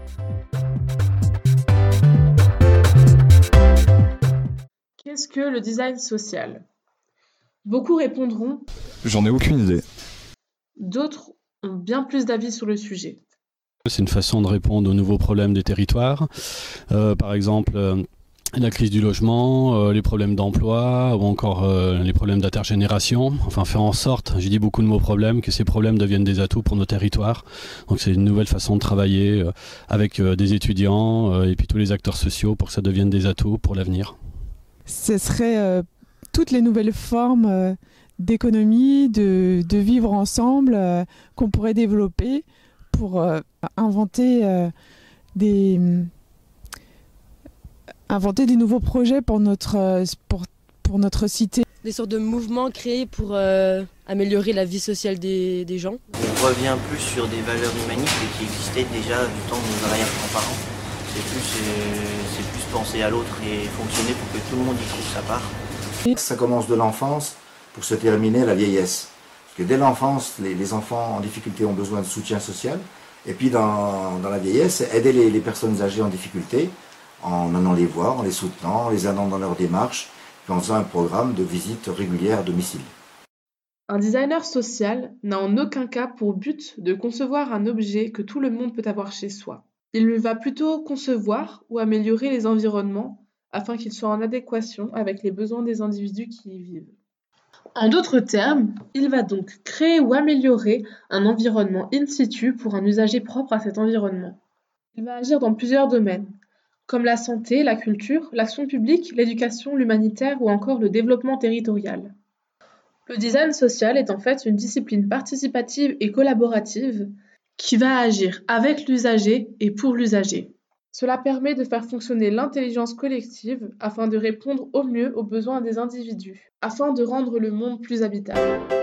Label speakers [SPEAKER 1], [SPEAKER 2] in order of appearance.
[SPEAKER 1] Qu'est-ce que le design social? Beaucoup répondront,
[SPEAKER 2] J'en ai aucune idée.
[SPEAKER 1] d'autres ont bien plus d'avis sur le sujet.
[SPEAKER 3] C'est une façon de répondre aux nouveaux problèmes des territoires. Par exemple, la crise du logement, les problèmes d'emploi ou encore les problèmes d'intergénération. Enfin, faire en sorte, j'ai dit beaucoup de mots problèmes, que ces problèmes deviennent des atouts pour nos territoires. Donc c'est une nouvelle façon de travailler avec des étudiants et puis tous les acteurs sociaux pour que ça devienne des atouts pour l'avenir.
[SPEAKER 4] Ce serait toutes les nouvelles formes d'économie, de vivre ensemble qu'on pourrait développer pour inventer des nouveaux projets pour notre cité.
[SPEAKER 5] Des sortes de mouvements créés pour améliorer la vie sociale des gens.
[SPEAKER 6] On revient plus sur des valeurs humaniques qui existaient déjà du temps de nos arrière-grands-parents. C'est plus penser à l'autre et fonctionner pour que tout le monde y trouve sa part.
[SPEAKER 7] Ça commence de l'enfance pour se terminer à la vieillesse. Parce que dès l'enfance, les enfants en difficulté ont besoin de soutien social. Et puis dans la vieillesse, aider les personnes âgées en difficulté en allant les voir, en les soutenant, en les aidant dans leur démarche, puis en faisant un programme de visite régulière à domicile.
[SPEAKER 1] Un designer social n'a en aucun cas pour but de concevoir un objet que tout le monde peut avoir chez soi. Il va plutôt concevoir ou améliorer les environnements afin qu'ils soient en adéquation avec les besoins des individus qui y vivent. En d'autres termes, il va donc créer ou améliorer un environnement in situ pour un usager propre à cet environnement. Il va agir dans plusieurs domaines, comme la santé, la culture, l'action publique, l'éducation, l'humanitaire ou encore le développement territorial. Le design social est en fait une discipline participative et collaborative qui va agir avec l'usager et pour l'usager. Cela permet de faire fonctionner l'intelligence collective afin de répondre au mieux aux besoins des individus, afin de rendre le monde plus habitable.